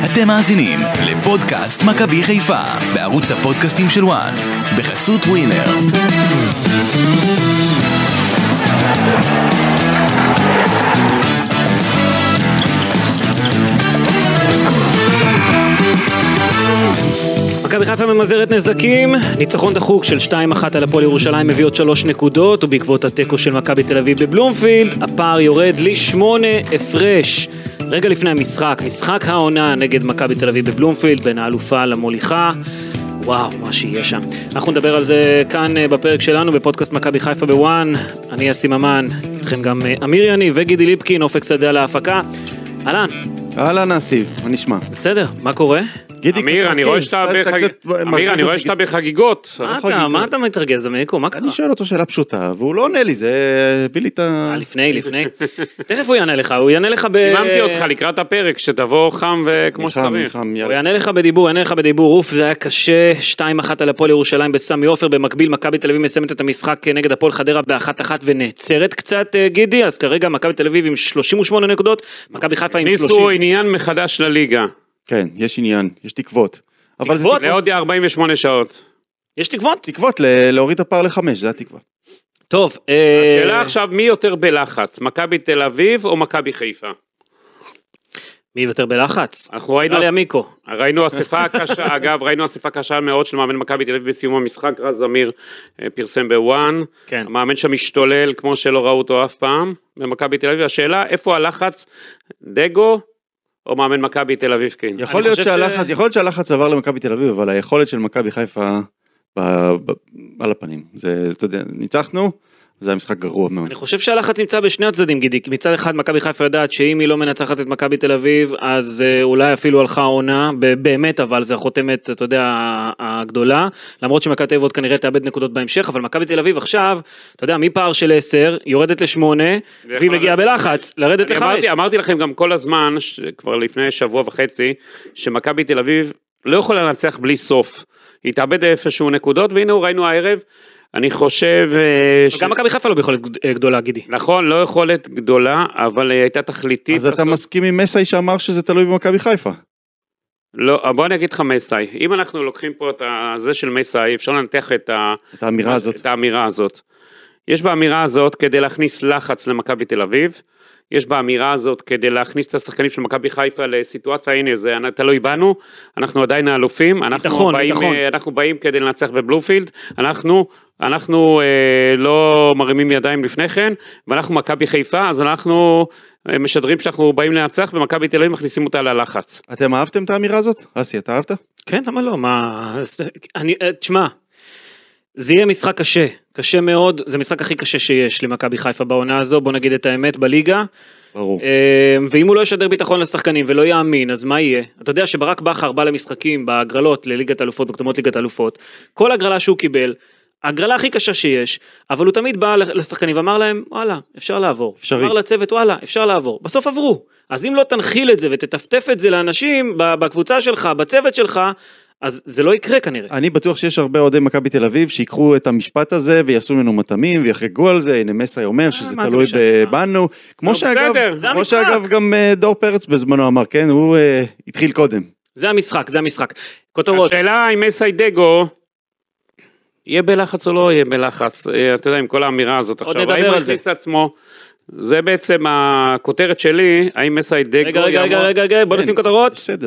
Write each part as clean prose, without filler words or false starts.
אתם מאזינים לפודקאסט מכבי חיפה בערוץ הפודקאסטים של וואן בחסות ווינר. מכבי חיפה ממזערת נזקים, ניצחון דחוק של 2-1 על הפועל ירושלים מביא עוד 3 נקודות, ובעקבות התיקו של מכבי תל אביב בבלומפילד, הפער יורד ל8 הפרש. רגע לפני המשחק, משחק העונה נגד מכבי תל אביב בבלומפילד, בין האלופה למוליכה, וואו, מה שיהיה שם. אנחנו נדבר על זה כאן בפרק שלנו, בפודקאסט מכבי חיפה בוואן. אני אסי ממן, איתכם גם אמיר יניב וגידי ליפקין, אופק שדה להפקה. אהלן. אהלן אסי, מה נשמע? בסדר, מה קורה? אמיר, אני רואה שאתה בחגיגות. מה אתה מתרגז, אמיקו? מה קרה? אני שואל אותו שאלה פשוטה, והוא לא עונה לי, זה הביא לי את ה... לפני. תכף הוא יענה לך, הוא יענה לך איממתי אותך לקראת הפרק, שתבוא חם וכמו שצריך. הוא יענה לך בדיבור, אוף, זה היה קשה, 2-1 על הפועל ירושלים בסמי עופר, במקביל מכבי תל אביב מסיימת את המשחק נגד הפועל חדרה ב1-1 ונעצרת קצת, גידי, אז כרגע מכבי תל אביב עם 38 נקודות, מכבי חיפה עם 30. ניסו עניין מחדש לליגה. כן, יש עניין, יש תקוות. תקוות? לעוד 48 שעות. יש תקוות? תקוות, להוריד הפער ל5, זה התקווה. טוב. השאלה עכשיו, מי יותר בלחץ? מכבי תל אביב או מכבי חיפה? מי יותר בלחץ? אנחנו ראינו אספה קשה, אגב, ראינו אספה קשה מאוד של מאמן מכבי תל אביב בסיום המשחק, רז זמיר פרסם בוואן, כן. המאמן שם משתולל כמו שלא ראו אותו אף פעם, במכבי תל אביב, השאלה, איפה הלחץ? דגו? או מאמן מכבי תל אביב, כן. יכול להיות שהלחץ עבר למכבי תל אביב, אבל היכולת של מכבי חיפה על הפנים. זה, אתה יודע, ניצחנו, זה המשחק גרוע מאוד. אני חושב שהלחץ נמצא בשני הצדדים, גידי. מצד אחד, מכבי חיפה יודעת שאם היא לא מנצחת את מכבי תל אביב, אז אולי אפילו הלכה עונה, באמת, אבל זה החותמת, אתה יודע, הגדולה, למרות שמכבי תל אביב עוד כנראה תאבד נקודות בהמשך, אבל מכבי תל אביב עכשיו, אתה יודע, מפער של 10, יורדת ל8, והיא מגיעה בלחץ, לרדת ל5. אמרתי לכם גם כל הזמן, כבר לפני שבוע וחצי, שמכבי תל אביב לא יכולה לנצח בלי סוף. היא תאבד איפשהו נקודות, והנה ראינו הערב, אני חושב... גם מכבי חיפה לא ביכולת גדולה, גידי. נכון, לא יכולת גדולה, אבל הייתה תכליתית. אז אתה מסכים עם מסי שאמר שזה תלוי במכבי חיפה? לא, בוא אני אגיד לך מסי. אם אנחנו לוקחים פה את זה של מסי, אפשר לנתח את האמירה הזאת. יש באמירה הזאת כדי להכניס לחץ למכבי תל אביב, יש באמירה הזאת כדי להכניס את השחקנים של מכבי חיפה לסיטואציה, הנה זה תלוי בנו, אנחנו עדיין האלופים, אנחנו באים כדי לנצח בבלומפילד, אנחנו לא מרימים ידיים לפני כן, ואנחנו מכבי חיפה, אז אנחנו משדרים שאנחנו באים לנצח, ומכבי תל אביב מכניסים אותה ללחץ. אתם אהבתם את האמירה הזאת? אסי, אתה אהבת? כן, למה לא? תשמע, זה יהיה משחק קשה מאוד, זה משחק הכי קשה שיש למכבי חיפה בעונה הזו, בוא נגיד את האמת, בליגה. ברור. ואם הוא לא ישדר ביטחון לשחקנים ולא יאמין, אז מה יהיה? אתה יודע שברק בכר בא למשחקים בהגרלות לליגת אלופות, מוקדמות ליגת אלופות, כל הגרלה שהוא קיבל, הגרלה הכי קשה שיש, אבל הוא תמיד בא לשחקנים ואמר להם, וואלה, אפשר לעבור. אמר לצוות, וואלה, אפשר לעבור. בסוף עברו. אז אם לא תנחיל את זה ותטפטף את זה לאנשים בקבוצה שלך, בצוות שלך, אז זה לא יקרה כנראה. אני בטוח שיש הרבה אוהדי מכבי תל אביב שיקחו את המשפט הזה ויעשו ממנו מתאמים ויחגגו על זה, הנה מסי אומר שזה תלוי בנו, כמו שאגב גם דור פרץ בזמנו אמר, כן, הוא התחיל קודם. זה המשחק. כותרות. השאלה אם מסי דגו יהיה בלחץ או לא יהיה בלחץ, אתה יודע, עם כל האמירה הזאת עכשיו, האם הוא הכניס את עצמו, זה בעצם הכותרת שלי, האם מסי דגו... רגע, בוא נשים כותרות. בסדר.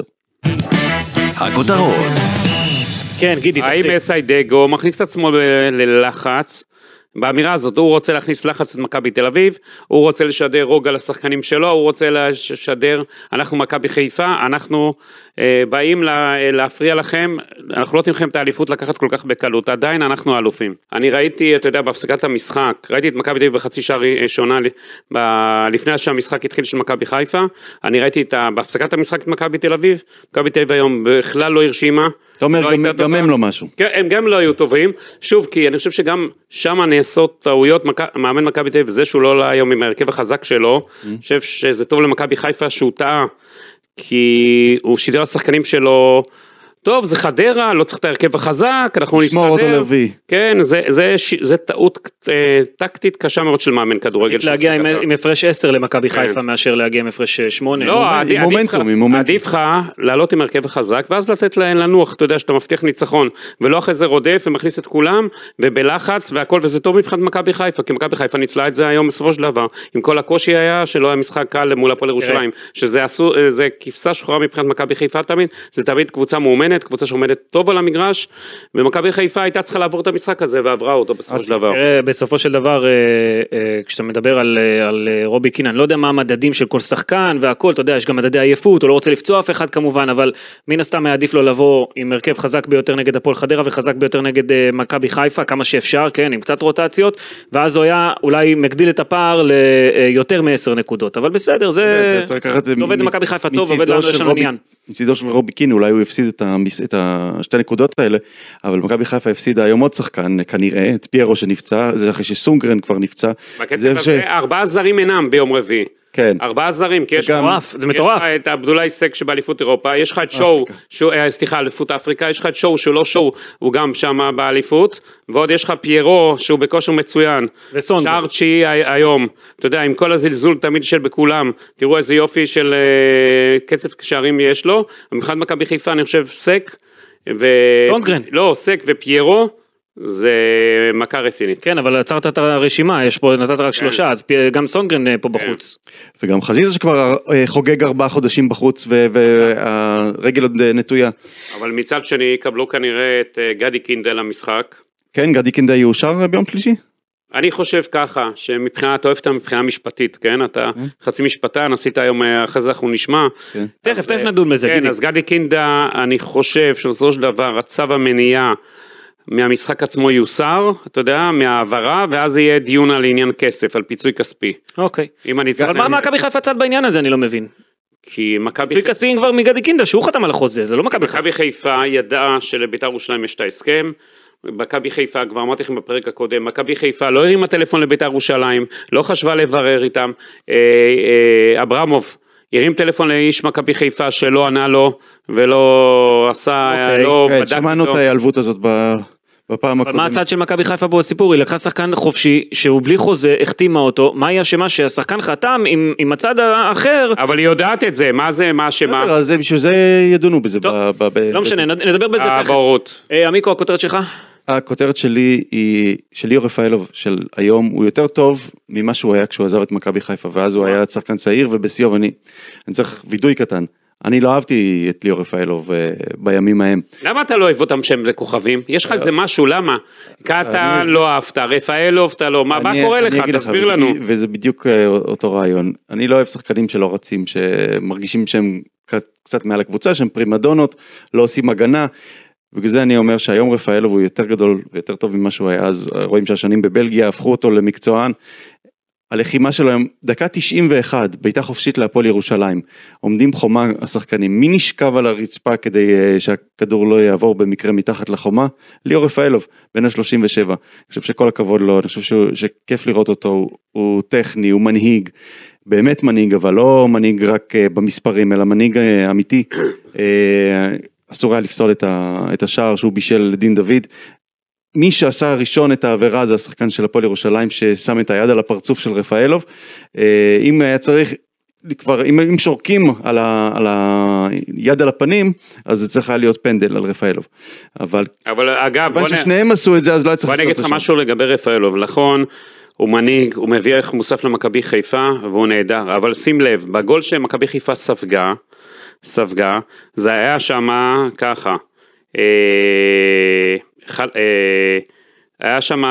הכותרות. כן, גידי, תתחיל. האם מסי דגו מכניס את עצמו ללחץ, באמירה הזאת, הוא רוצה להכניס לחץ את מכבי תל אביב, הוא רוצה לשדר רוגע לשחקנים שלו, הוא רוצה לשדר, אנחנו מכבי חיפה, אנחנו באים להפריע לכם, אנחנו לא נותנים לכם את האליפות לקחת כל כך בקלות, עדיין אנחנו אלופים. אני ראיתי, אתה יודע, בהפסקת המשחק, ראיתי את מכבי תל אביב בחצי שעה ראשונה, לפני שהמשחק התחיל של מכבי חיפה, אני ראיתי בהפסקת המשחק את מכבי תל אביב, מכבי תל אביב היום בכלל לא הרשימה. אתה אומר, גם הם לא משהו. כן, הם גם לא היו טובים, שוב, כי אני חושב שגם שם נעשות טעויות, מאמן מכבי תל אביב, זה שהוא לא עולה היום עם ההרכב החזק שלו, אני חושב שזה טוב למכבי חיפה שהוא טעה, כי הוא שידר השחקנים שלו טוב, זה חדרה, לא צריך את ההרכב החזק, אנחנו נסתדר. שמור אותו לרביעי. כן, זה טעות טקטית קשה מאוד של מאמן כדורגל. להגיע עם הפרש 10 למכבי חיפה, מאשר להגיע עם הפרש 8. לא, עדיף לך לעלות עם הרכב החזק, ואז לתת להם לנוח, אתה יודע שאתה מבטיח ניצחון, ולא אחרי זה רודף ומכניס את כולם, ובלחץ והכל, וזה טוב מבחינת מכבי חיפה, כי מכבי חיפה ניצלה את זה היום בסופו של דבר, עם כל הקושי היה שלא היה משחק קל מול הפועל ירושלים, שזה כבשה שחורה מבחינת מכבי חיפה תמיד, זה תמיד קבוצה מאומנת, קבוצה שעומדת טוב על המגרש, ומכבי חיפה הייתה צריכה לעבור את המשחק הזה, ועברה אותו בסופו של דבר. בסופו של דבר, כשאתה מדבר על רובי קינן, לא יודע מה המדדים של כל שחקן והכל, אתה יודע, יש גם מדדי עייפות, הוא לא רוצה לפצוע אף אחד כמובן, אבל מן הסתם מעדיף לו לבוא עם הרכב חזק ביותר נגד הפועל חדרה, וחזק ביותר נגד מכבי חיפה, כמה שאפשר, כן, עם קצת רוטציות, ואז הוא היה אולי מגדיל את הפער ליותר מ10 נקודות, אבל בסדר, זה עובד למכבי חיפה טוב, עובד לנו לשם עניין. מצידו של רובי קינן, אולי הוא יפסיד את השתי נקודות האלה, אבל מכבי חיפה הפסידה היום עוד שחקן, כנראה, את פיירו שנפצע, זה אחרי שסונגרן כבר נפצע. בקצב הזה, 4 זרים אינם ביום רביעי. כן. 4 זרים, כי יש זה מטורף. יש לך את עבדולאי סק שבאליפות אירופה, יש לך את שואו, סליחה, אליפות אפריקה, יש לך את שואו שהוא לא שואו, הוא גם שם באליפות, ועוד יש לך פיירו שהוא בכושר מצוין, שער 9 היום, אתה יודע, עם כל הזלזול תמיד של בכולם, תראו איזה יופי של קצב שערים יש לו, מבחינת מכבי חיפה אני חושב סק, סונגרן. לא, סק ופיירו, זה מכה רצינית. כן, אבל עצרת את הרשימה, יש פה, נתת רק 3, אז גם סונגרן פה בחוץ. וגם חזיזה שכבר חוגג 4 חודשים בחוץ, והרגל עוד נטויה. אבל מצד שני, יקבלו כנראה את גדי קינדה למשחק. כן, גדי קינדה יאושר ביום שלישי? אני חושב ככה, שמבחינה, אתה אוהב את מבחינה משפטית, כן? אתה חצי משפטן, עשית היום, אחרי זה אנחנו נשמע. תכף נדון בזה. כן, אז גדי קינדה, אני חושב שבסופו של דבר, הצו המניעה, מהמשחק עצמו יוסר, אתה יודע, מהעברה, ואז יהיה דיון על עניין כסף, על פיצוי כספי. אוקיי. אבל מה מכבי חיפה צד בעניין הזה, אני לא מבין. כי מכבי... פיצוי כספי כבר מגדי קינדה, שהוא חתם על החוזה, זה לא מכבי חיפה. מכבי חיפה ידעה שלבית"ר ירושלים יש את ההסכם, מכבי חיפה, כבר אמרתי לכם בפרק הקודם, מכבי חיפה לא הרימה טלפון לבית"ר ירושלים, לא חשבה לברר איתם, אברמוב, הרים טלפון לאיש מכבי חיפה שלא ענה לו, ולא עשה, לא בדק איתו. שמענו את ההיעלבות הזאת בפעם הקודמת. מה הצד של מכבי חיפה בו הסיפור? היא לקחה שחקן חופשי, שהוא בלי חוזה, החתימה אותו, מה היא אשמה שהשחקן חתם עם הצד האחר? אבל היא יודעת את זה, מה זה, מה אשמה? אז בשביל זה ידונו בזה. לא משנה, נדבר בזה תכף. עמיקו, הכותרת שלך? הכותרת שלי היא של ליאור רפאלוב של היום, הוא יותר טוב ממה שהוא היה כשהוא עזב את מכבי חיפה, ואז הוא היה שחקן צעיר ובסיוב, אני צריך וידוי קטן. אני לא אהבתי את ליאור רפאלוב בימים ההם. למה אתה לא אוהב אותם שהם לכוכבים? יש לך איזה משהו, למה? קטן לא אהבת, רפאלוב אתה לא, מה קורה לך? תסביר לנו. וזה בדיוק אותו רעיון. אני לא אוהב שחקנים שלא רצים, שמרגישים שהם קצת מעל הקבוצה, שהם פרימדונות, לא עושים הגנה, ובגלל זה אני אומר שהיום רפאלוב הוא יותר גדול ויותר טוב ממה שהוא היה, אז רואים שהשנים בבלגיה הפכו אותו למקצוען, הלחימה שלו היום, דקה 91, ביתה חופשית להפועל ירושלים, עומדים חומה השחקנים, מי נשכב על הרצפה כדי שהכדור לא יעבור במקרה מתחת לחומה? ליאור רפאלוב, בין ה-37, אני חושב שכל הכבוד לו, אני חושב שכיף לראות אותו, הוא טכני, הוא מנהיג, באמת מנהיג, אבל לא מנהיג רק במספרים, אלא מנהיג אמיתי, אסור היה לפסול את השער שהוא בישל לדין דוד, מי שעשה ראשון את העבירה זה השחקן של הפועל ירושלים ששם את היד על הפרצוף של רפאלוב, אם היה צריך, כבר, אם שורקים על היד על הפנים, אז זה צריך היה להיות פנדל על רפאלוב, אבל אגב, ששניהם עשו את זה, אז לא היה צריך לפסול. בוא נגיד לך משהו לגבי רפאלוב, נכון, הוא מנהיג, הוא מביא ערך מוסף למכבי חיפה, והוא נהדר, אבל שים לב, בגול שמכבי חיפה ספגה, זה היה שם ככה, היה שם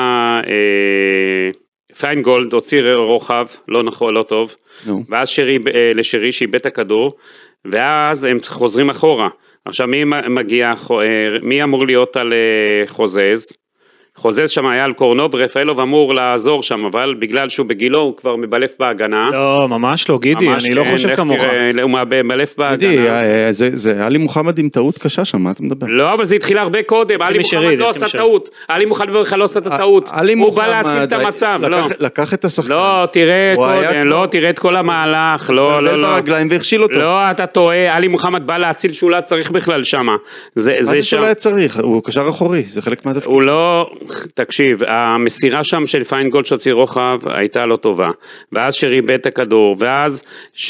פיינגולד הוציא רוחב, לא נכון, לא טוב, ואז לשרי שאיבד את הכדור, ואז הם חוזרים אחורה. עכשיו מי אמור להיות על חוזז? חוזז שם היה על קורנוב, רפאלוב אמור לעזור שם, אבל בגלל שהוא בגילו הוא כבר מבלף בהגנה. לא, ממש לא, גידי, אני לא חושב כמוך. הוא מבלף בהגנה. גידי, זה עלי מוחמד עם טעות קשה שם, מה אתה מדבר? לא, אבל זה התחיל הרבה קודם, עלי מוחמד לא עשה טעות. עלי מוחמד לא עשה את הטעות. הוא בא להציל את המצב, לא. לקח את השחקן. לא, תראה קודם, לא, תראה את כל המהלך, לא, לא, לא. ברגליים והכשיל אותו. לא, אתה טועה, עלי מוחמד בא להציל שהוא לא צריך בכלל שם. מה זה שהוא לא צריך? הוא קשר אחורי, זה חלק מהתפקיד. הוא לא, תקשיב, המסירה שם של פיינגולד שהוציא רוחב הייתה לא טובה, ואז שריבד את הכדור, ואז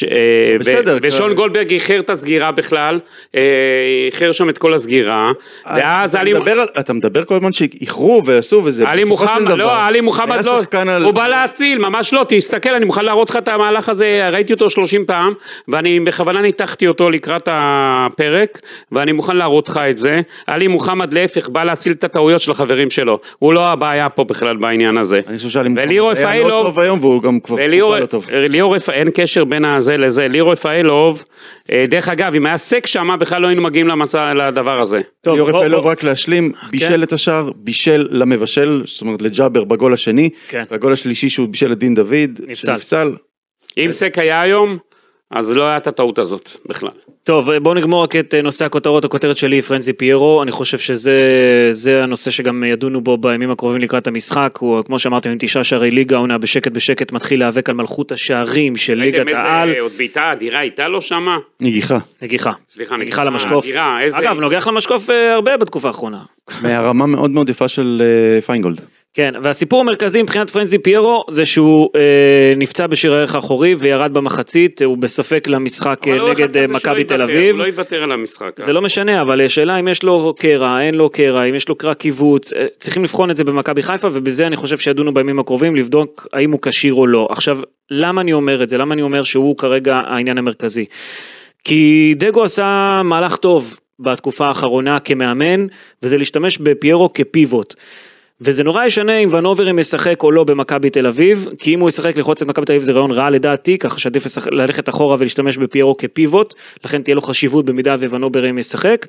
ושון גולדברג איחר את הסגירה בכלל, איחר שם את כל הסגירה, ואז אתה מדבר כל הזמן שאיחרו ועשו וזה, עלי מוחמד, לא, עלי מוחמד לא, הוא בא להציל, ממש לא, תסתכל, אני מוכן להראות לך את המהלך הזה, ראיתי אותו 30 פעם, ואני בכוונה ניתחתי אותו לקראת הפרק, ואני מוכן להראות לך את זה, עלי מוחמד להפך בא להציל את הטעויות של החברים שלו, הוא לא הבעיה פה בכלל בעניין הזה. אני חושב שעלי מוחמד היה לא טוב היום, והוא גם כבר תקופה לא טוב. אין קשר בין הזה לזה, ליאור רפאלוב, דרך אגב, אם היה סק שם, בכלל לא היינו מגיעים לדבר הזה. ליאור רפאלוב רק להשלים, בישל את השאר, בישל למבשל, זאת אומרת לג'אבר בגול השני, והגול השלישי שהוא בישל לדין דוד, שנפסל. אם סק היה היום, אז לא היה את הטעות הזאת בכלל. טוב, בואו נגמור רק את נושא הכותרות, הכותרת שלי היא פרנזי פיירו, אני חושב שזה הנושא שגם ידונו בו בימים הקרובים לקראת המשחק, הוא כמו שאמרתם עם 9 שערי ליגה, עונה בשקט מתחיל להיאבק על מלכות השערים של ליגת העל. עוד בעיטה אדירה הייתה לו שמה? נגיחה. סליחה, נגיחה למשקוף. אגב, נוגח למשקוף הרבה בתקופה האחרונה. מהרמה מאוד מאוד יפה של פיינגולד. כן, והסיפור המרכזי מבחינת פרנזי פיירו זה שהוא נפצע בשיר הערך האחורי וירד במחצית, הוא בספק למשחק נגד מכבי תל אביב. הוא לא יוותר על המשחק. זה לא משנה, אבל השאלה אם יש לו קרע, אין לו קרע, אם יש לו קרע קיבוץ, צריכים לבחון את זה במכבי חיפה, ובזה אני חושב שידונו בימים הקרובים לבדוק האם הוא כשיר או לא. עכשיו, למה אני אומר את זה? למה אני אומר שהוא כרגע העניין המרכזי? כי דגו עשה מהלך טוב בתקופה האחרונה כמאמן, וזה להשתמש בפיירו כפיבוט. וזה נורא ישנה אם ונוברים ישחק או לא במכבי תל אביב, כי אם הוא ישחק לחוץ את מכבי תל אביב זה רעיון רע לדעתי, ככה שעדיף ללכת אחורה ולהשתמש בפיירו כפיבוט, לכן תהיה לו חשיבות במידה וונוברים ישחק.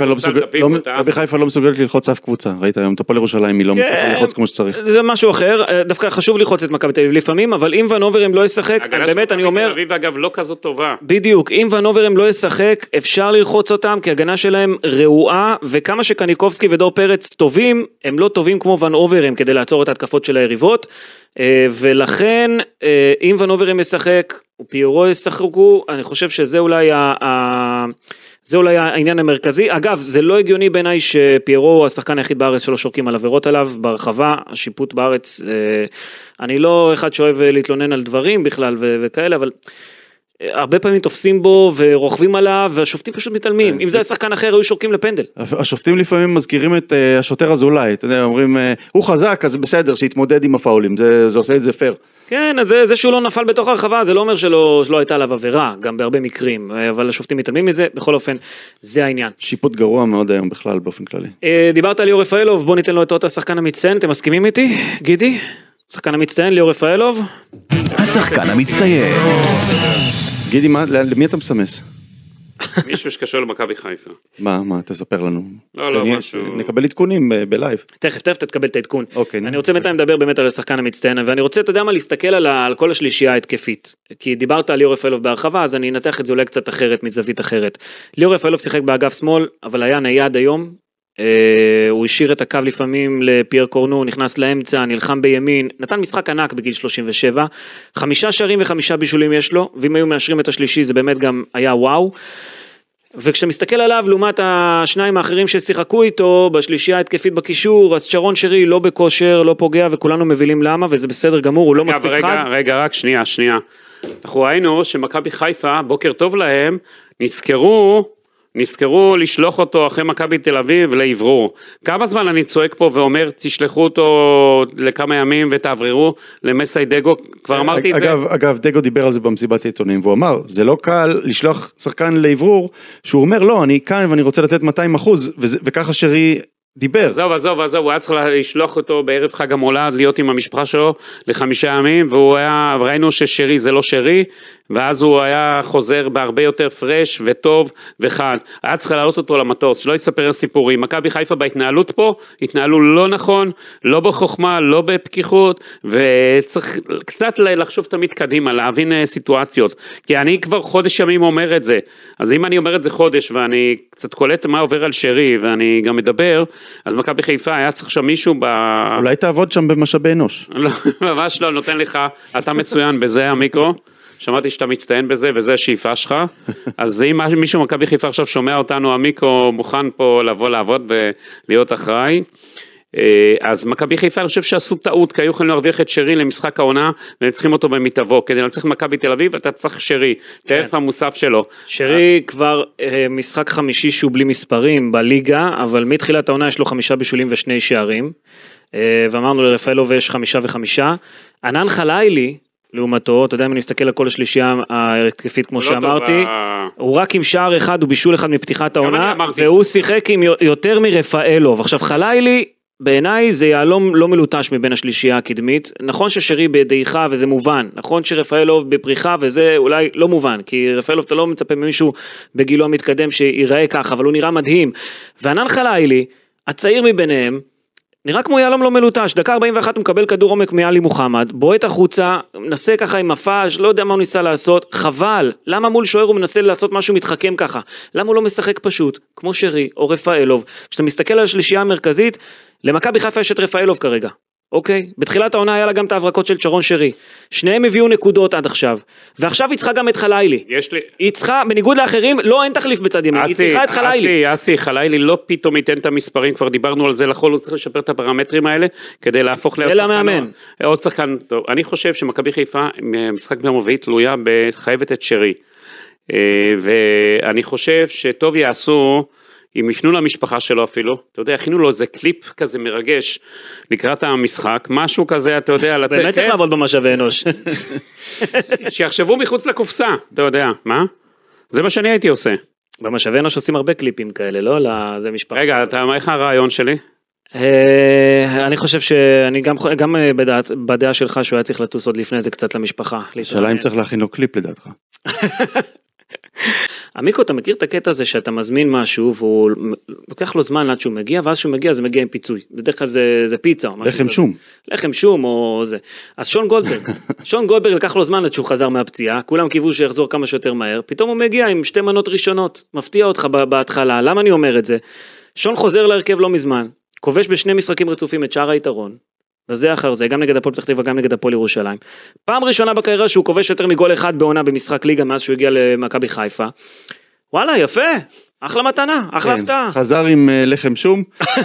מכבי חיפה לא מסוגלת ללחוץ אף קבוצה, ראית היום את הפועל ירושלים היא לא מצליחה ללחוץ כמו שצריך. זה משהו אחר, דווקא חשוב ללחוץ את מכבי תל אביב לפעמים, אבל אם ונוברים לא ישחק, באמת אני אומר, אגב לא כזאת טובה. בדיוק, אם ונוברים לא ישחק, אפשר ללחוץ אותם, כי הגנה שלהם רעועה, וכמה שקניקובסקי ודור פרץ טובים, הם לא טובים כמו ונוברים כדי לעצור את ההתקפות של היריבות, ולכן אם ונוברים ישחק ופיירו ישחקו, אני חושב שזה אולי העניין המרכזי. אגב, זה לא הגיוני בעיניי שפיירו הוא השחקן היחיד בארץ שלא שורקים על עבירות עליו ברחבה, השיפוט בארץ, אני לא אחד שאוהב להתלונן על דברים בכלל וכאלה, אבל הרבה פעמים תופסים בו ורוכבים עליו, והשופטים פשוט מתעלמים. אם זה השחקן אחר, היו שורקים לפנדל. השופטים לפעמים מזכירים את השוטר אזולאי, אתה יודע, אומרים, הוא חזק, אז בסדר, שיתמודד עם הפאולים, זה עושה את זה פייר. כן, אז זה שהוא לא נפל בתוך הרחבה, זה לא אומר שלא הייתה עליו עבירה, גם בהרבה מקרים, אבל השופטים מתעלמים מזה, בכל אופן, זה העניין. שיפוט גרוע מאוד היום בכלל, באופן כללי. דיברת על ליאור רפאלוב, בוא ניתן לו את השחקן המצטיין, אתם מסכימים איתי? גידי? השחקן המצטיין, ליאור רפאלוב? השחקן המצטיין. גידי, למי אתה מסמס? מישהו שקשור למכבי חיפה. מה, תספר לנו. לא, משהו. נקבל עדכונים בלייב. תכף תקבל את העדכון. אוקיי. אני רוצה בינתיים לדבר באמת על השחקן המצטיין, ואני רוצה, אתה יודע מה, להסתכל על כל השלישייה ההתקפית. כי דיברת על ליאור רפאלוב בהרחבה, אז אני אנתח את זה אולי קצת אחרת, מזווית אחרת. ליאור רפאלוב שיחק באגף שמאל, אבל היה נייד היום. הוא השאיר את הקו לפעמים לפייר קורנו, נכנס לאמצע, נלחם בימין, נתן משחק ענק בגיל 37, 5 שערים ו5 בישולים יש לו, ואם היו מאשרים את השלישי זה באמת גם היה וואו, וכשאתה מסתכל עליו לעומת השניים האחרים ששיחקו איתו, בשלישייה ההתקפית בקישור, אז שרון שרי לא בכושר, לא פוגע, וכולנו מבינים למה, וזה בסדר גמור, הוא לא מספיק חד. רגע, רק שנייה. אנחנו ראינו שמכבי חיפה, בוקר טוב להם, נזכרו לשלוח אותו אחרי מכבי תל אביב לעברור. כמה זמן אני צועק פה ואומר, תשלחו אותו לכמה ימים ותעבררו למסי דגו, כבר אמרתי את זה. אגב, דגו דיבר על זה במסיבת העיתונים, והוא אמר, זה לא קל לשלוח שחקן לעברור, שהוא אומר, לא, אני כאן ואני רוצה לתת 200%, וככה שרי דיבר. עזוב, הוא היה צריך לשלוח אותו בערב חג המולד, להיות עם המשפחה שלו ל5 ימים, וראינו ששרי זה לא שרי, ואז הוא היה חוזר בהרבה יותר פרש וטוב וחד. היה צריך להעלות אותו למטוס, שלא יספר סיפורים. מכבי חיפה בהתנהלות פה, התנהלו לא נכון, לא בחוכמה, לא בפקיחות, וצריך קצת לחשוב תמיד קדימה, להבין סיטואציות. כי אני כבר חודש ימים אומר את זה, אז אם אני אומר את זה חודש, ואני קצת קולט מה עובר על שרי, ואני גם מדבר, אז מכבי חיפה היה צריך שם מישהו אולי תעבוד שם במשאבי אנוש. לא, ממש לא, נותן לך, אתה מצוין בזה המיקרו, שמעתי שאתה מצטיין בזה, וזה השאיפה שלך, אז אם מישהו מכבי חיפה עכשיו שומע אותנו, המיקרו מוכן פה לבוא לעבוד ולהיות אחראי, אז מכבי חיפה אני חושב שעשו טעות, כי היו יכולים להרוויח את שרי למשחק העונה, והם צריכים אותו במיטבו, כדי לנצח מכבי תל אביב, אתה צריך שרי, תארך המוסף שלו. שרי כבר משחק חמישי שהוא בלי מספרים בליגה, אבל מתחילת העונה יש לו 5 בישולים ו2 שערים, ואמרנו לרפאלוב יש 5 ו5, ענן חלילי, לעומתו, אתה יודע אם אני מסתכל על כל השלישייה ההתקפית כמו שאמרתי, הוא רק עם שער אחד, הוא בישול אחד מפתיחת העונה, והוא שיחק עם יותר מרפאלוב. עכשיו חלילי, בעיניי זה יעלום לא מלוטש מבין השלישייה הקדמית, נכון ששרי בדעיכה וזה מובן, נכון שרפאלוב בפריחה וזה אולי לא מובן, כי רפאלוב אתה לא מצפה ממישהו בגילו המתקדם שיראה ככה, אבל הוא נראה מדהים, וענן חלילי, הצעיר מביניהם, נראה כמו יעלום לא מלוטש, דקה 41 הוא מקבל כדור עומק מעלי מוחמד, בועט החוצה, מנסה ככה עם מפאז', לא יודע מה הוא ניסה לעשות, חבל, למה מול שוער הוא מנסה לעשות משהו מתחכם ככה, למה הוא לא משחק פשוט, כמו שרי או רפאלוב, כשאתה מסתכל על השלישייה המרכזית, למכבי חיפה יש את רפאלוב כרגע, אוקיי? בתחילת העונה היה לה גם את ההברקות של שרון שרי, שניהם הביאו נקודות עד עכשיו, ועכשיו היא צריכה גם את חלילי, היא צריכה, בניגוד לאחרים, לא אין תחליף בצד ימין, היא צריכה את חלילי. חלילי לא פתאום ייתן את המספרים, כבר דיברנו על זה, לכל הוא צריך לשפר את הפרמטרים האלה, כדי להפוך להיות שחקן, עוד שחקן טוב. אני חושב שמכבי חיפה, משחק ביום רביעי תלויה, חייבת את שרי, ואני חושב שטוב יעשו, אם יפנו למשפחה שלו אפילו, אתה יודע, הכינו לו איזה קליפ כזה מרגש, לקראת המשחק, משהו כזה, אתה יודע, באמת צריך לעבוד במשאבי אנוש. שיחשבו מחוץ לקופסה, אתה יודע, מה? זה מה שאני הייתי עושה. במשאבי אנוש עושים הרבה קליפים כאלה, לא? לזה משפחה. רגע, מה איך הרעיון שלי? אני חושב שאני גם בדעה שלך שהוא היה צריך לטוס עוד לפני זה קצת למשפחה. השאלה אם צריך להכין לו קליפ לדעתך. עמיקו, אתה מכיר את הקטע הזה שאתה מזמין משהו והוא לוקח לו זמן עד שהוא מגיע, ואז שהוא מגיע זה מגיע עם פיצוי, בדרך כלל זה פיצה או משהו. לחם שום או זה. אז שון גולדברג לקח לו זמן עד שהוא חזר מהפציעה, כולם קיוו שיחזור כמה שיותר מהר, פתאום הוא מגיע עם 2 מנות ראשונות, מפתיע אותך בהתחלה, למה אני אומר את זה? שון חוזר להרכב לא מזמן, כובש ב2 משחקים רצופים את שער היתרון, וזה אחר זה, גם נגד הפועל פתח תקווה, גם נגד הפועל ירושלים. פעם ראשונה בקריירה שהוא כובש יותר מגול אחד בעונה במשחק ליגה, מאז שהוא הגיע למכבי חיפה. וואלה, יפה, אחלה מתנה, אחלה הפתעה. חזר עם לחם שום,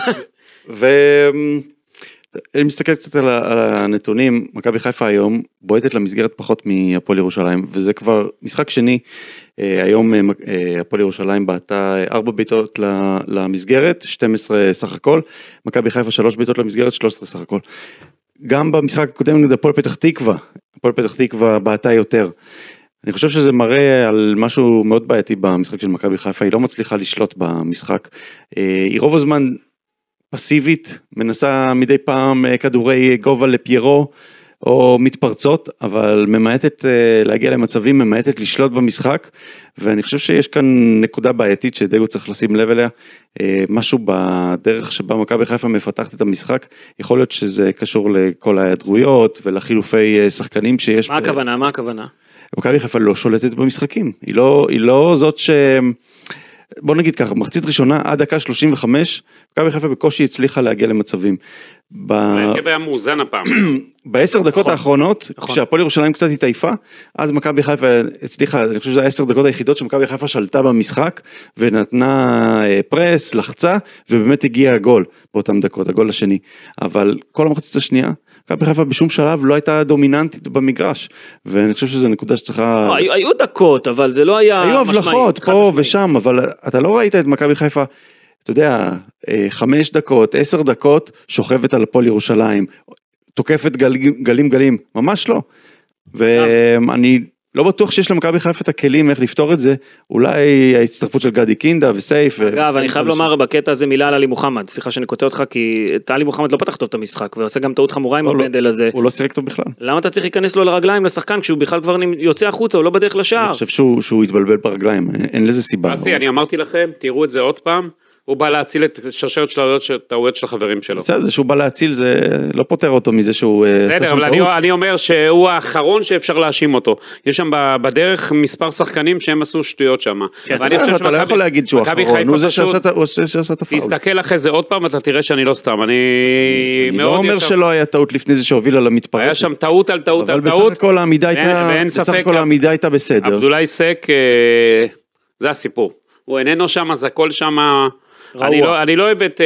ואני מסתכל קצת על הנתונים, מכבי חיפה היום בועטת למסגרת פחות מהפועל ירושלים, וזה כבר משחק שני, היום הפועל ירושלים בעטה 4 בעיטות למסגרת, 12 סך הכל, מכבי חיפה 3 בעיטות למסגרת, 13 סך הכל. גם במשחק הקודם נגד הפועל פתח תקווה בעטה יותר. אני חושב שזה מראה על משהו מאוד בעייתי במשחק של מכבי חיפה, היא לא מצליחה לשלוט במשחק, היא רוב הזמן פסיבית, מנסה מדי פעם כדורי גובה לפיירו, או מתפרצות, אבל ממעטת להגיע למצבים, ממעטת לשלוט במשחק, ואני חושב שיש כאן נקודה בעייתית שדגו צריך לשים לב אליה, משהו בדרך שבה מכבי חיפה מפתחת את המשחק, יכול להיות שזה קשור לכל ההיעדרויות ולחילופי שחקנים שיש. מה הכוונה? מכבי חיפה לא שולטת במשחקים, היא לא זאת בוא נגיד ככה, מחצית ראשונה עד דקה 35, מכבי חיפה בקושי הצליחה להגיע למצבים. ההרכב היה מאוזן הפעם. ב10 דקות האחרונות, כשהפועל ירושלים קצת התעייפה, אז מכבי חיפה הצליחה, אני חושב שזה 10 דקות היחידות שמכבי חיפה שלטה במשחק, ונתנה פרס, לחצה, ובאמת הגיע הגול באותם דקות, הגול השני. אבל כל המחצית השנייה, מכבי חיפה בשום שלב לא הייתה דומיננטית במגרש, ואני חושב שזו נקודה שצריכה... היו דקות, אבל זה לא היה... היו הבלחות פה ושם, אבל אתה לא ראית את מכבי חיפה, אתה יודע, 5 דקות, 10 דקות, שוכבת על הפועל ירושלים, תוקפת גלים, ממש לא. ואני לא בטוח שיש למכבי חיפה את הכלים איך לפתור את זה, אולי ההצטרפות של גדי קינדה וסייף. אגב, אני חייב לומר בקטע הזה מילה על עלי מוחמד, סליחה שאני קוטע אותך, כי עלי מוחמד לא פתח טוב את המשחק, ועושה גם טעות חמורה עם הפנדל הזה. הוא לא שיחק טוב בכלל. למה אתה צריך להיכנס לו לרגליים לשחקן, כשהוא בכלל כבר יוצא החוצה, הוא לא בדרך לשער? אני חושב שהוא יתבלבל ברגליים, אין לזה סיבה. אני אמרתי לכם, תראו את זה עוד פעם, הוא בא להציל את שרשרת של טעויות של החברים שלו. זה שהוא בא להציל, זה לא פותר אותו מזה שהוא... בסדר, אבל אני אומר שהוא האחרון שאפשר להאשים אותו. יש שם בדרך מספר שחקנים שהם עשו שטויות שם. אתה לא יכול להגיד שהוא האחרון, הוא זה שעשה את הפאול. תסתכל אחרי זה עוד פעם, אתה תראה שאני לא סתם. אני לא אומר שלא היה טעות לפני זה שהוביל על המתפרץ. היה שם טעות על טעות על טעות. אבל בסך הכל העמידה הייתה בסדר. עבדולאי סק, זה הסיפור. הוא איננו שם, אז הכל שם... אני לא אוהב את...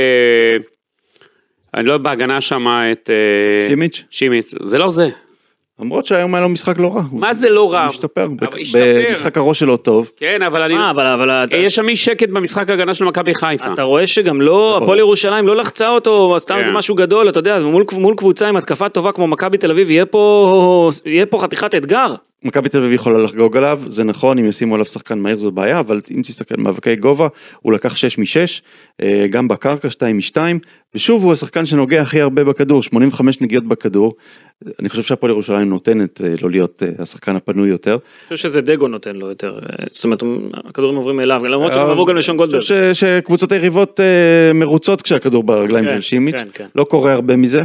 אני לא אוהב בהגנה שם את... שימיץ', זה לא זה. למרות שהיום היה לו משחק לא רע. מה זה לא רע? הוא משתפר. במשחק הראש שלו טוב. כן, אבל יש שם אי שקט במשחק ההגנה של מכבי חיפה. אתה רואה שגם לא, הפועל ירושלים לא לחצה אותו, סתם זה משהו גדול, אתה יודע, מול קבוצה עם התקפה טובה כמו מכבי תל אביב, יהיה פה חתיכת אתגר. מכבי תל אביב יכולה לחגוג עליו, זה נכון, אם ישימו עליו שחקן מהיר זו בעיה, אבל אם תסתכל מאבקי גובה, הוא לקח 6 מ-6, גם בקרקע 2 מ-2, ושוב הוא השחקן שנוגע הכי הרבה בכדור, 85 נגיעות בכדור, אני חושב שהפועל ירושלים נותנת לא להיות השחקן הפנוי יותר. אני חושב שזה דגו נותן לו יותר, זאת אומרת, הכדורים עוברים אליו, למרות שהם עברו גם לשון גולדברג. אני חושב שקבוצות היריבות מרוצות כשהכדור ברגליים של שימיץ', לא קורה הרבה מזה,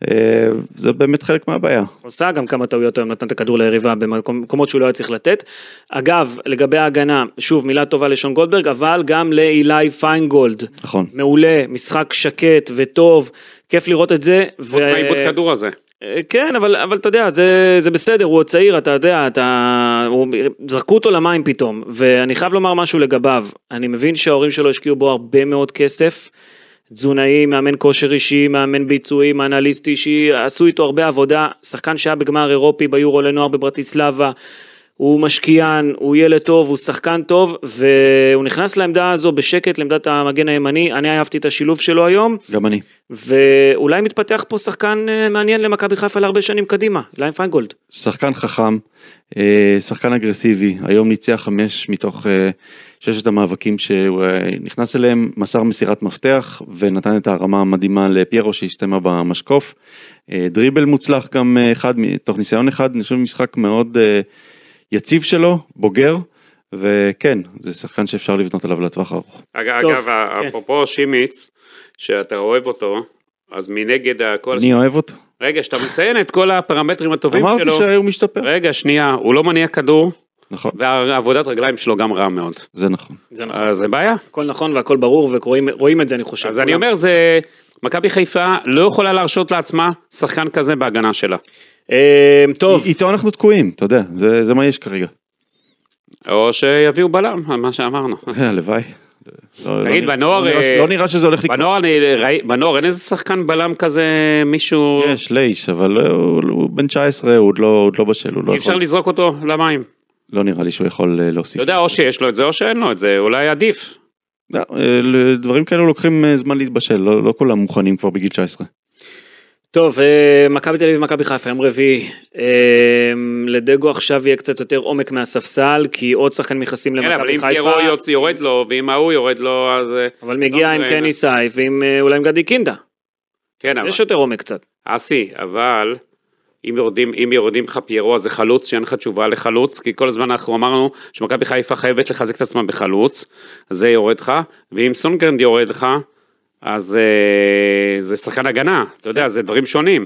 זה באמת חלק מהבעיה. עושה גם כמה טעויות היום, נתן את הכדור ליריבה במקומות שהוא לא היה צריך לתת. אגב, לגבי ההגנה, שוב, מילה טובה לשון גולדברג, אבל גם לאילי פיינגולד. נכון. מעולה, משחק שקט וטוב, כיף לראות את זה. חוץ מהעיבוד כדור הזה. כן, אבל אתה יודע, זה בסדר, הוא עוד צעיר, אתה יודע, זרקו אותו למים פתאום, ואני חייב לומר משהו לגביו, אני מבין שההורים שלו השקיעו בו הרבה מאוד כסף, תזונאי, מאמן כושר אישי, מאמן ביצועי, מאנליסט אישי, עשו איתו הרבה עבודה, שחקן שהיה בגמר אירופי ביורו לנוער בברטיסלבה, הוא משקיען, הוא ילד טוב, הוא שחקן טוב, והוא נכנס לעמדה הזו בשקט, לעמדת המגן הימני, אני אהבתי את השילוב שלו היום. גם אני. ואולי מתפתח פה שחקן מעניין למכבי חיפה להרבה שנים קדימה, אילי פיינגולד. שחקן חכם, שחקן אגרסיבי, היום ניצח 5 מתוך 6 המאבקים שהוא נכנס אליהם, מסר מסירת מפתח, ונתן את הרמה המדהימה לפיירו שהשתמה במשקוף. דריבל מוצלח גם אחד, תוך ניסיון אחד, אני חושב משחק מאוד... יציב שלו, בוגר, וכן, זה שחקן שאפשר לבנות עליו לטווח ארוך. אגב, אפרופו שימיץ, שאתה אוהב אותו, אז מנגד הכל... אני אוהב אותו. רגע, שאתה מציין את כל הפרמטרים הטובים שלו. אמרתי שהוא משתפר. רגע, שנייה, הוא לא מניע כדור. נכון. והעבודת רגליים שלו גם רע מאוד. זה נכון. זה בעיה. הכל נכון והכל ברור, ורואים את זה, אני חושב. אז אני אומר, זה... מכבי חיפה לא יכולה להרשות לעצמה שחקן כזה בהגנה שלה. טוב. איתו אנחנו תקועים, אתה יודע, זה מה יש כרגע. או שיביאו בלם, מה שאמרנו. הלוואי. תגיד, בנוער... לא נראה שזה הולך לקרות. בנוער אין איזה שחקן בלם כזה, מישהו... יש, לייש, אבל הוא בן 19, הוא עוד לא בשל, הוא לא יכול... אי אפשר לזרוק אותו למים. לא נראה לי שהוא יכול להוסיף. אתה יודע, או שיש לו את זה, או שאין לו את זה, אולי עדיף. דברים כאלו לוקחים זמן להתבשל, לא כולם מוכנים כבר בגיל 19. טוב, מכבי תל אביב ומכבי חיפה, יום רביעי, לדגו עכשיו יהיה קצת יותר עומק מהספסל, כי עוד שחקן מכנסים למכבי חיפה. אבל אם פיירו יורד לו, ואם ההוא יורד לו, אז... אבל מגיע עם קני סייף, ועם אולי עם גדי קינדה. כן, אבל... יש יותר עומק קצת. אסי, אבל... אם יורדים לך פיירו, אז זה חלוץ, שאין לך תשובה לחלוץ, כי כל הזמן אנחנו אמרנו שמכבי חיפה חייבת לחזק את עצמה בחלוץ, זה יורד לך, ואם סונגרן יורד לך, אז זה שחקן הגנה, אתה יודע, זה דברים שונים.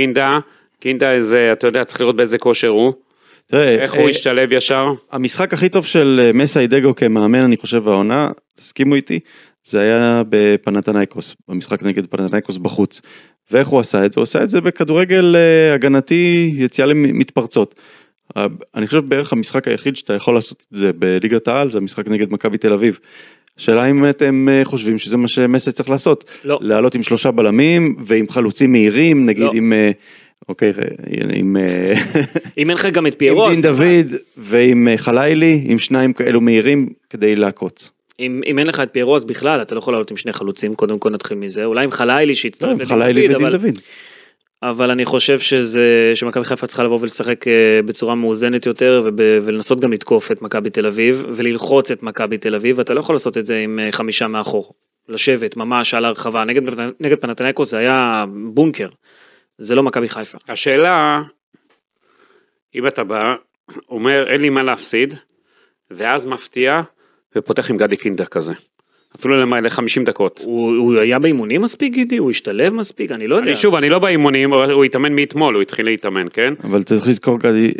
קינדה זה, אתה יודע, צריך לראות באיזה כושר הוא, איך הוא ישתלב ישר. המשחק הכי טוב של מסאי דגו כמאמן, אני חושב, העונה, תסכימו איתי, זה היה בפנתנייקוס, במשחק נגד פנתנייקוס בחוץ. ואיך הוא עשה את זה? הוא עשה את זה בכדורגל הגנתי, יציאה למתפרצות. אני חושב בערך המשחק היחיד שאתה יכול לעשות את זה בליגת העל, זה המשחק נגד מכבי תל אביב. השאלה אם אתם חושבים שזה מה שמסי צריך לעשות. לא. לעלות עם 3 בלמים, ועם חלוצים מהירים, נגיד לא. עם... אוקיי, עם... אם אין לך גם את פיירו... עם דין דוד, ועם חלילי, עם 2 כאלו מהירים, כדי לעקוץ. אם אין לך את פיירו, אז בכלל, אתה לא יכול לעלות עם 2 חלוצים, קודם כל נתחיל מזה, אולי עם חלילי שיצטרף לדין דוד. אבל אני חושב שמכבי חיפה צריכה לבוא ולשחק בצורה מאוזנת יותר, ולנסות גם לתקוף את מכבי תל אביב, וללחוץ את מכבי תל אביב, ואתה לא יכול לעשות את זה עם 5 מאחור, לשבת ממש על הרחבה, נגד פנתנייקוס זה היה בונקר, זה לא מכבי חיפה. השאלה, אם אתה בא, אומר אין לי מה להפסיד, ואז מפתיע, ופותח עם גדי קינדה כזה. אפילו ל-50 דקות. הוא היה באימונים מספיק, גידי? הוא השתלב מספיק? אני לא יודע. שוב, אני לא באימונים, הוא התאמן מאתמול, הוא התחיל להתאמן, כן? אבל צריך לזכור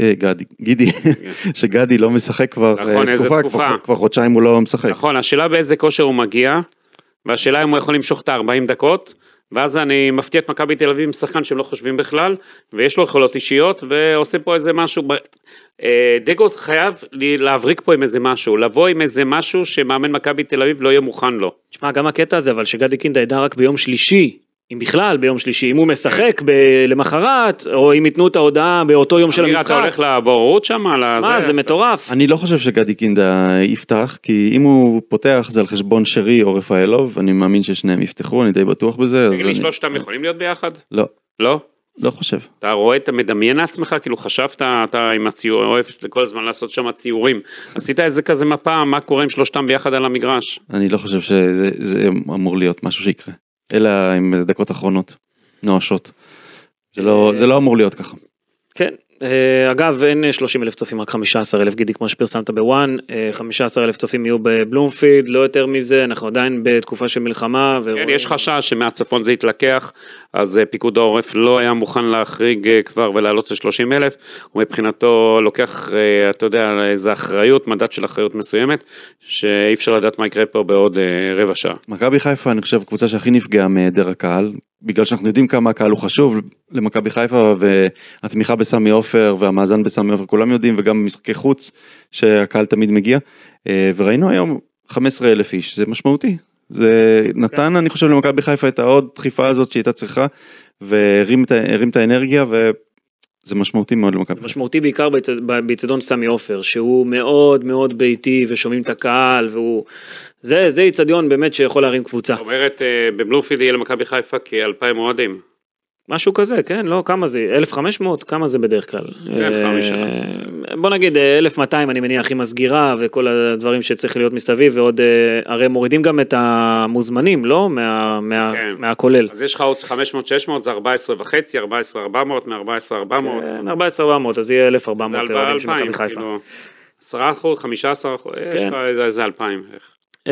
גידי, שגדי לא משחק כבר תקופה, כבר חודשיים הוא לא משחק. נכון, השאלה באיזה כושר הוא מגיע, והשאלה אם הוא יכול למשוך את ה-40 דקות, ואז אני מפתיע את מכבי תל אביב עם שחקן שהם לא חושבים בכלל, ויש לו יכולות אישיות, ועושה פה איזה משהו, דגו חייב להבריק פה עם איזה משהו, לבוא עם איזה משהו שמאמן מכבי תל אביב לא יהיה מוכן לו. תשמע, גם הקטע הזה, אבל שגדי קינדה ידע רק ביום שלישי, אם בכלל ביום שלישי, אם הוא משחק למחרת, או אם ייתנו את ההודעה באותו יום של המשחק. אתה הולך לבורות שם? מה, זה מטורף. אני לא חושב שגדי קינדה יפתח, כי אם הוא פותח זה על חשבון שרי או רפאלוב, אני מאמין ששניהם יפתחו, אני די בטוח בזה. תגיד לי, שלושתם יכולים להיות ביחד? לא. לא? לא חושב. אתה רואה, אתה מדמיין לעצמך, כאילו חשבת, אתה עם הציור, או אפס לכל הזמן לעשות שם ציורים. עשית איזה כזה מפה, מה קורה עם שלושתם ביחד על המגרש? אני לא חושב שזה אמור להיות משהו שיקרה. אלא עם דקות אחרונות, נואשות. זה לא אמור להיות ככה. כן. אגב, אין 30,000 צופים, רק 15,000 גידי, כמו שפרסמת בוואן, 15,000 צופים יהיו בבלומפילד, לא יותר מזה, אנחנו עדיין בתקופה של מלחמה. כן, יש חשש שמהצפון זה יתלקח, אז פיקוד העורף לא היה מוכן להחריג כבר ולעלות ל-30,000, ומבחינתו לוקח, אתה יודע, איזו אחריות, מדד של אחריות מסוימת, שאי אפשר לדעת מה יקרה פה בעוד רבע שעה. מכבי חיפה, אני חושב, קבוצה שהכי נפגעה מהיעדר הקהל, בגלל שאנחנו יודעים כמה הקהל הוא חשוב למכבי חיפה, והתמיכה בסמי עופר והמאזן בסמי עופר, כולם יודעים, וגם במשחקי חוץ שהקהל תמיד מגיע, וראינו היום 15,000 איש, זה משמעותי, זה נתן, אני חושב, למכבי חיפה את העוד דחיפה הזאת שהייתה צריכה, והרים את האנרגיה, וזה משמעותי מאוד למכבי. משמעותי בעיקר באצטדיון סמי עופר, שהוא מאוד מאוד ביתי, ושומעים את הקהל, והוא... זה אצטדיון באמת שיכול להרים קבוצה. זאת אומרת, בבלומפילד יהיה למכבי חיפה כ-2,000 אוהדים. משהו כזה, כן, לא, כמה זה? 1,500? כמה זה בדרך כלל? 1,500. בוא נגיד 1,200, אני מניח, עם הסגירה וכל הדברים שצריך להיות מסביב, ועוד, הרי מורידים גם את המוזמנים, לא? מהכולל. אז יש לך עוד 500-600, זה 14,500, 14,400, מ-14,400. כן, 14,400, אז יהיה 1,400 אוהדים של מכבי חיפה. 10%, 15%, יש לך איזה 2,000, איך?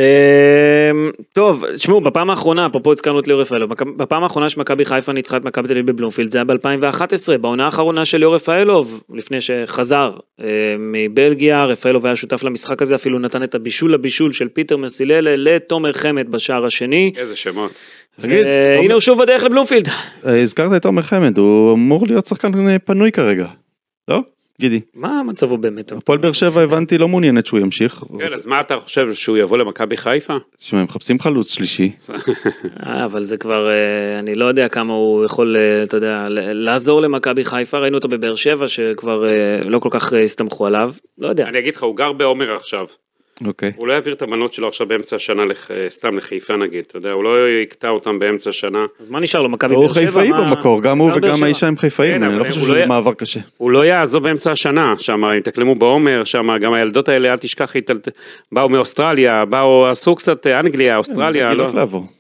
טוב, תשמעו, בפעם האחרונה, אפרופו הזכרנו את ליאור רפאלוב, בפעם האחרונה שמכבי חיפה ניצחה את מכבי תל אביב בבלומפילד, זה היה ב-2011, בעונה האחרונה של ליאור רפאלוב, לפני שחזר מבלגיה, רפאלוב היה שותף למשחק הזה, אפילו נתן את הבישול של פיטר מסיללה לתומר חמד בשער השני. איזה שמות. הנה הוא שוב בדרך לבלומפילד. הזכרת את תומר חמד, הוא אמור להיות שחקן פנוי כרגע, לא? גידי. מה המצבו באמת? הפועל באר שבע הבנתי לא מעוניינת שהוא ימשיך. כן, אז מה אתה חושב, שהוא יבוא למכבי חיפה? תשמע, הם מחפשים חלוץ שלישי. אבל זה כבר, אני לא יודע כמה הוא יכול, אתה יודע, לעזור למכבי חיפה, ראינו אותו בבאר שבע, שכבר לא כל כך הסתמכו עליו, לא יודע. אני אגיד לך, הוא גר בעומר עכשיו. אוקיי. הוא לא יעביר את המנות שלו עכשיו באמצע השנה, סתם לחיפה נגיד, אתה יודע, הוא לא יקטע אותם באמצע השנה. אז מה נשאר לו, מכבי באר שבע? הוא חיפאי במקור, גם הוא וגם האישה הם חיפאים, אני לא חושב שזה מעבר קשה. הוא לא יעזוב באמצע השנה, שם הם תקלמו בעומר, שם גם הילדות האלה, אל תשכח, באו מאוסטרליה, עשו קצת אנגליה, אוסטרליה, לא?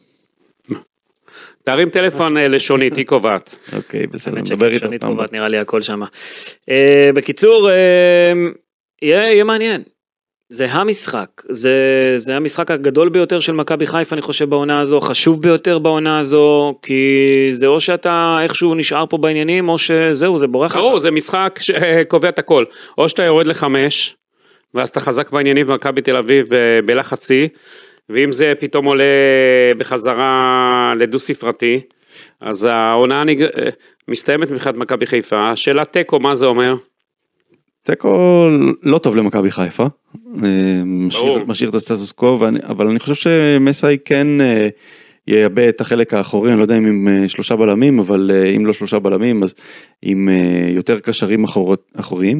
תרים טלפון לשונית, היא קובעת. אוקיי, בסדר, נדבר איתה. שונית קובעת, נראה לי הכל שם. בקיצור, יהיה מעניין. זה המשחק, זה המשחק הגדול ביותר של מכבי חיפה, אני חושב בעונה הזו, חשוב ביותר בעונה הזו, כי זה או שאתה איכשהו נשאר פה בעניינים, או שזהו, זה בורח לך. ברור, זה משחק שקובע את הכל, או שאתה יורד ל5, ואז אתה חזק בעניינים במכבי תל אביב בלחצי, ואם זה פתאום עולה בחזרה לדו ספרתי, אז העונה מסתיימת מבחינת מכבי חיפה, השאלה תיקו, מה זה אומר? תיקו לא טוב למכבי חיפה, משאיר את הסטטוס קוו, אבל אני חושב שמסאי כן יאבא את החלק האחורי, אני לא יודע אם עם 3 בלמים, אבל אם לא 3 בלמים, אז עם יותר קשרים אחוריים,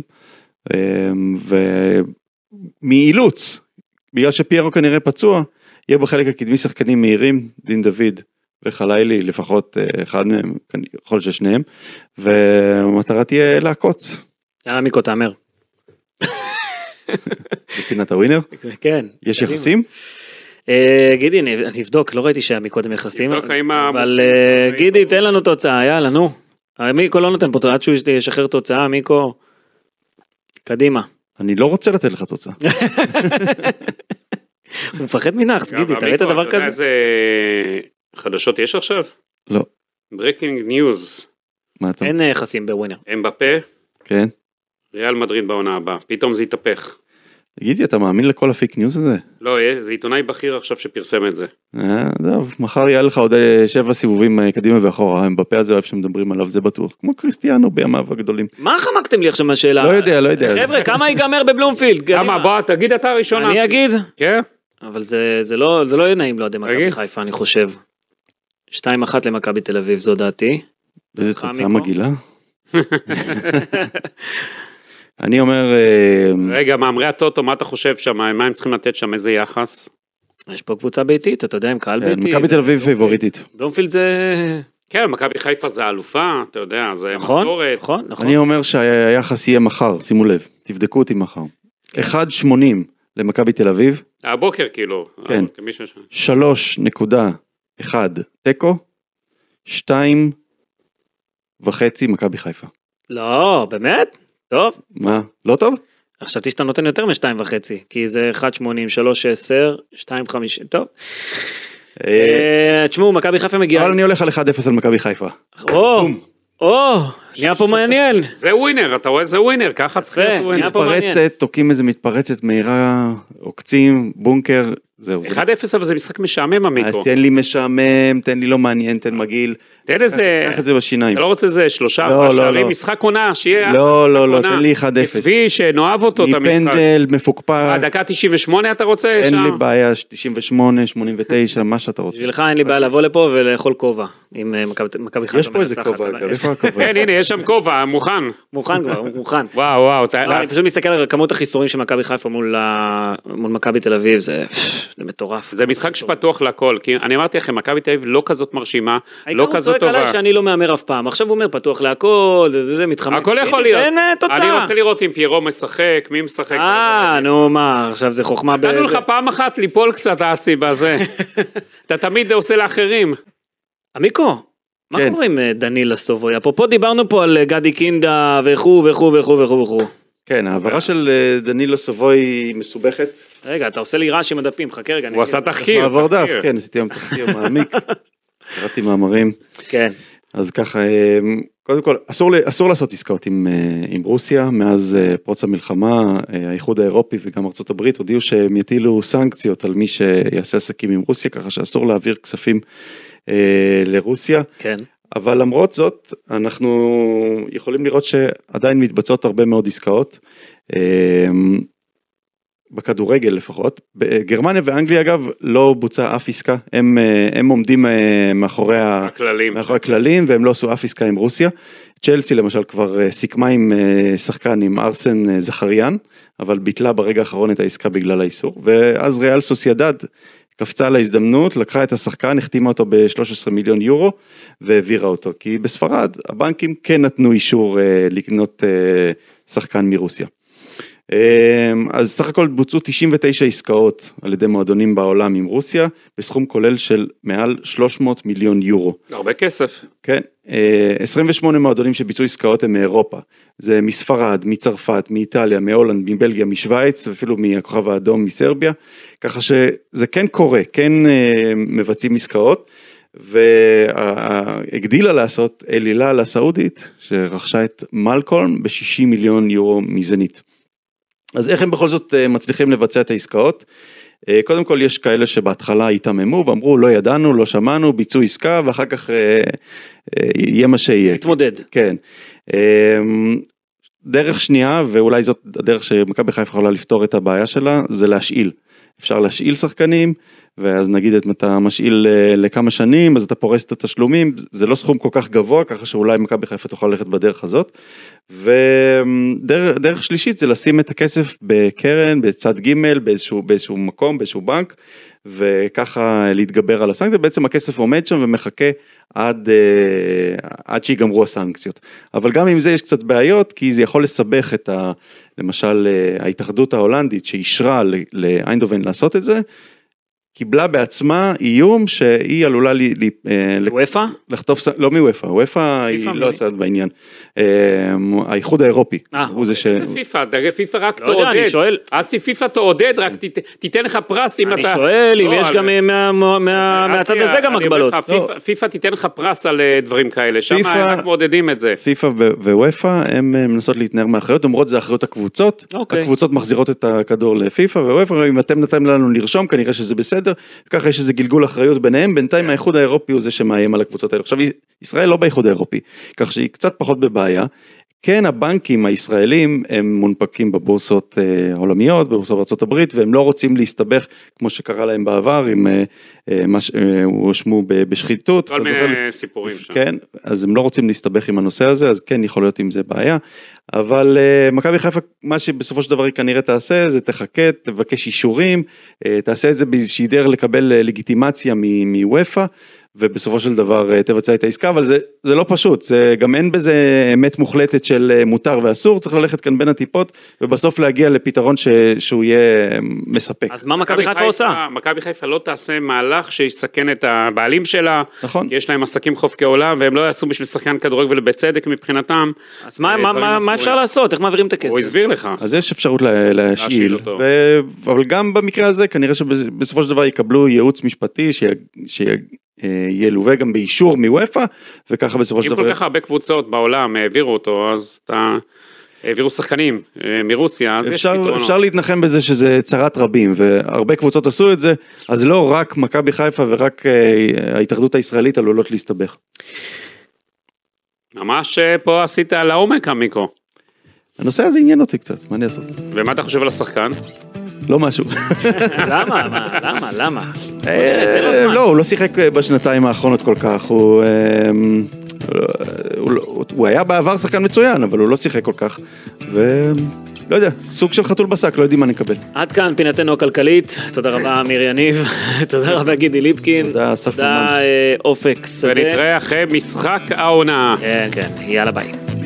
ומאילוץ, בגלל שפיירו כנראה פצוע, יהיה בחלק הקדמי שחקנים מהירים, דין דוד וחלילי, לפחות אחד מהם, יכול ששניהם, והמטרה תהיה לעקוץ. יאללה מיקו, תאמר. בפינת הווינר? כן. יש יחסים? גידי, אני אבדוק, לא ראיתי שהיה מקודם יחסים, אבל גידי, תן לנו תוצאה, יאללה, נו. מיקו לא נותן פה, עד שהוא ישחרר תוצאה, מיקו, קדימה. אני לא רוצה לתת לך תוצאה. הוא מפחד מנאחס, גידי, תראה את הדבר כזה. איזה חדשות יש עכשיו? לא. Breaking news. אין יחסים בווינר. אמבפה. כן. ריאל מדריד בעונה הבאה, פתאום זה יתהפך. תגידי, אתה מאמין לכל הפיק ניוז הזה? לא, זה עיתונאי בכיר עכשיו שפרסם את זה. טוב, מחר יהיה לך עוד 7 סיבובים קדימה ואחורה, אמבפה הזה אוהב שמדברים עליו, זה בטוח, כמו קריסטיאנו בימיו הגדולים. מה חמקתם לי עכשיו מהשאלה? לא יודע. חבר'ה, כמה ייגמר בבלומפילד? כמה, בוא, תגיד אתה הראשון. אני אגיד? כן. אבל זה לא יהיה נעים לו, מכבי חיפה, אני חושב. 2-1 למכבי תל אביב, זו דעתי. איזה תוצאה מגעילה. אני אומר... רגע, מאמרי הטוטו, מה אתה חושב שם? מה הם צריכים לתת שם? איזה יחס? יש פה קבוצה ביתית, אתה יודע, עם קהל ביתי. מכבי תל אביב פייבוריטית. בלומפילד זה... כן, מכבי חיפה זה אלופה, אתה יודע, זה מסורת. נכון. אני אומר שהיחס יהיה מחר, שימו לב, תבדקו אותי מחר. 1.80 למכבי תל אביב. הבוקר כאילו. כן. 3.1 תיקו, 2.5 מכבי חיפה. לא, באמת? טוב. מה? לא טוב? חשבתי שאתה נותן יותר מ-2.5, כי זה 1.80, 3.10, 2.50, טוב. תשמעו, מכבי חיפה מגיעה... אבל אני הולך על 1-0 על מכבי חיפה. נהיה פה מעניין. זה ווינר, אתה רואה? זה ווינר, ככה צריך להיות ווינר. מתפרצת, תוקים איזה מתפרצת מהירה, עוקצים, בונקר, זהו. 1-0 אבל זה משחק משעמם המיקרו. תן לי משעמם, תן לי לא מעניין, תן מגעיל. תן איזה... קח את זה בשיניים. אתה לא רוצה איזה 3 שערים, משחק עונה, שיהיה... לא, תן לי 1-0. צבי שנאהב אותו את המשחק. מפנדל, מפוקפק. הדקה 98 אתה רוצה? אין לי בעיה, 98, 89, מה מה שאתה רוצה. בשבילך אין לי בעיה לבוא לפה ולאכול כובע. עם מכבי חיפה. יש פה איזה כובע, איפה הכובע? הנה, יש שם כובע, מוכן. מוכן כבר, מוכן. וואו. אני פשוט מסתכל על כמות החיסורים של מכבי חיפה מול מכבי תל אביב, זה מטורף. זה משחק שפתוח לכל, כי אני אמרתי לכם, מכבי תל אביב לא כזאת מרשימה, לא כזאת טובה. עליי שאני לא מאמר אף פעם, עכשיו הוא אומר פתוח להכל, זה מתחמק. הכל יכול להיות. אין תוצאה. אני רוצה לראות אם פיירו משחק, מי משחק. נו מה, עכשיו זה חוכמה. נתנו לך פעם אחת ליפול קצת אסי בזה. אתה תמיד עושה לאחרים. עמיקו, מה קורה עם דניל סובוי? פה דיברנו פה על גדי קינדה וכו'. כן, העברה של דנילו סבוי היא מסובכת. רגע, אתה עושה לי רעש עם הדפים, חכה רגע. הוא עשה תחקיר. מעבר דף, כן, עשיתי היום תחקיר מעמיק. קראתי מאמרים. כן. אז ככה, קודם כל, אסור לעשות עסקאות עם רוסיה, מאז פרוץ המלחמה, האיחוד האירופי וגם ארצות הברית הודיעו שהם יטילו סנקציות על מי שיעשה עסקים עם רוסיה, ככה שאסור להעביר כספים לרוסיה. כן. אבל למרות זאת, אנחנו יכולים לראות שעדיין מתבצעות הרבה מאוד עסקאות, בכדורגל לפחות. בגרמניה ואנגליה אגב לא בוצע אף עסקה, הם עומדים מאחורי הכללים והם לא עשו אף עסקה עם רוסיה. צ'לסי למשל כבר סיכמה עם שחקן עם ארסן זכריאן, אבל ביטלה ברגע האחרון את העסקה בגלל האיסור, ואז ריאל סוסיידד קפצה להזדמנות, לקחה את השחקן, החתימה אותו ב-13 מיליון יורו, והעבירה אותו, כי בספרד הבנקים כן נתנו אישור לקנות שחקן מרוסיה. אז סך הכל בוצעו 99 עסקאות על ידי מועדונים בעולם עם רוסיה, בסכום כולל של מעל 300 מיליון יורו. הרבה כסף. כן, 28 מועדונים שביצעו עסקאות הם מאירופה, זה מספרד, מצרפת, מאיטליה, מהולנד, מבלגיה, משוויץ, ואפילו מהכוכב האדום, מסרביה, ככה שזה כן קורה, כן מבצעים עסקאות, והגדילה לעשות אל הילל הסעודית, שרכשה את מלקולם ב-60 מיליון יורו מזנית. אז איך הם בכל זאת מצליחים לבצע את העסקאות? קודם כל יש כאלה שבהתחלה התאממו ואמרו לא ידענו, לא שמענו, ביצעו עסקה ואחר כך יהיה מה שיהיה. מתמודד. כן. דרך שנייה, ואולי זאת הדרך שמכבי חיפה יכולה לפתור את הבעיה שלה, זה להשאיל אפשר להשאיל שחקנים, ואז נגיד אם אתה משאיל לכמה שנים, אז אתה פורס את התשלומים, זה לא סכום כל כך גבוה, ככה שאולי מכבי חיפה תוכל ללכת בדרך הזאת, ודרך שלישית זה לשים את הכסף בקרן, בצד ג' באיזשהו מקום, באיזשהו בנק, וככה להתגבר על הסנקציות, בעצם הכסף עומד שם ומחכה עד שיגמרו הסנקציות. אבל גם עם זה יש קצת בעיות, כי זה יכול לסבך את למשל ההתאחדות ההולנדית שאישרה לאיינדובן לעשות את זה, קיבלה בעצמה איום שהיא עלולה וופא? לחטוף, לא מוופא, וופא היא לא הצעת בעניין. האיחוד האירופי. זה פיפא, פיפא רק תעודד. אז פיפא תעודד, רק תיתן לך פרס אם אתה... אני שואל אם יש גם מהצד הזה גם הגבלות. פיפא תיתן לך פרס על דברים כאלה, שם רק מעודדים את זה. פיפא ווופא הם מנסות להתנער מאחריות, אומרות זה אחריות הקבוצות, הקבוצות מחזירות את הכדור לפיפא ווופא, אם אתם נתתם לנו לרשום, כנראה שזה בסדר, וככה יש איזה גלגול אחריות ביניהם, בינתיים האיחוד האירופי הוא זה שמאיים על הקבוצות האלה. עכשיו, ישראל לא באיחוד האירופי, כך שהיא קצת פחות בבעיה. כן, הבנקים הישראלים הם מונפקים בבורסות העולמיות, בבורסות בארצות הברית, והם לא רוצים להסתבך, כמו שקרה להם בעבר, אם הואשמו בשחיתות. כל מיני סיפורים שם. כן, אז הם לא רוצים להסתבך עם הנושא הזה, אז כן, יכול להיות עם זה בעיה. אבל מכבי חיפה, מה שבסופו של דבר היא כנראה תעשה, זה תחכה, תבקש אישורים, תעשה את זה באיזושהי דרך לקבל לגיטימציה מוופא, ובסופו של דבר תבצע את העסקה, אבל זה לא פשוט, זה גם אין בזה אמת מוחלטת של מותר ואסור, צריך ללכת כאן בין הטיפות, ובסוף להגיע לפתרון שהוא יהיה מספק. אז מה מכבי חיפה עושה? מכבי חיפה לא תעשה מהלך שיסכן את הבעלים שלה, נכון. יש להם עסקים חופקי עולם, והם לא יעשו בשביל שחקן כדורגל ובצדק מבחינתם. אז מה אפשר לעשות? איך מעבירים את הכסף? הוא הסביר לך. אז יש אפשרות להשאיל, אבל גם במקרה הזה, כנראה שבסופו של דבר יקבלו ייעוץ משפטי יהיה לווה גם באישור מוופא, וככה בסופו של דבר... אם כל כך הרבה קבוצות בעולם העבירו אותו, אז העבירו שחקנים מרוסיה, אז יש פתרונות. אפשר להתנחם בזה שזה צרת רבים, והרבה קבוצות עשו את זה, אז לא רק מכבי חיפה ורק ההתאחדות הישראלית עלולות להסתבך. ממש פה עשית לעומק המיקרו. הנושא הזה עניין אותי קצת, מה אני אעשות? ומה אתה חושב על השחקן? לא משהו. למה? לא, הוא לא שיחק בשנתיים האחרונות כל כך, הוא היה בעבר שחקן מצוין, אבל הוא לא שיחק כל כך, ולא יודע, סוג של חתול בשק, לא יודעים מה נקבל. עד כאן פינתנו הכלכלית, תודה רבה אמיר יניב, תודה רבה גידי ליפקין, תודה אסף תודה אופק שדה. ונתראה אחרי משחק העונה. כן, יאללה ביי.